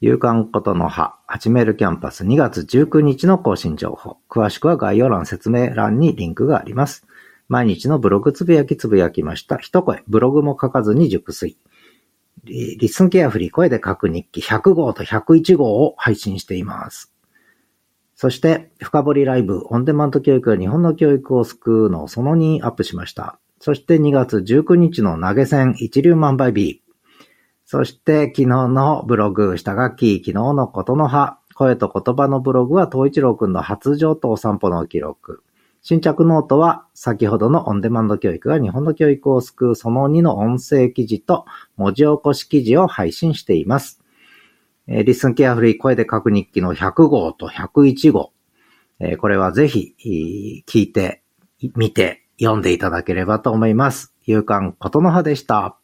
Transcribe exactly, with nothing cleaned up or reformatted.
夕刊ことの葉、はちメールキャンパスにがつじゅうくにちの更新情報。詳しくは概要欄説明欄にリンクがあります。毎日のブログつぶやきつぶやきました。一声、ブログも書かずに熟睡。リッスンケアフリー声で書く日記ひゃくごうとひゃくいちごうを配信しています。そして、深掘りライブ、オンデマンド教育が日本の教育を救うのそのにアップしました。そしてにがつじゅうくにちの投げ銭一粒万倍日。そして昨日のブログ、下書き、昨日のことの葉、声と言葉のブログは東一郎くんの発情とお散歩の記録。新着ノートは先ほどのオンデマンド教育が日本の教育を救うそのにの音声記事と文字起こし記事を配信しています。えー、リスンケアフリー声で書く日記のひゃくごうとひゃくいちごう。えー、これはぜひ聞いて、見て、読んでいただければと思います。夕刊ことの葉でした。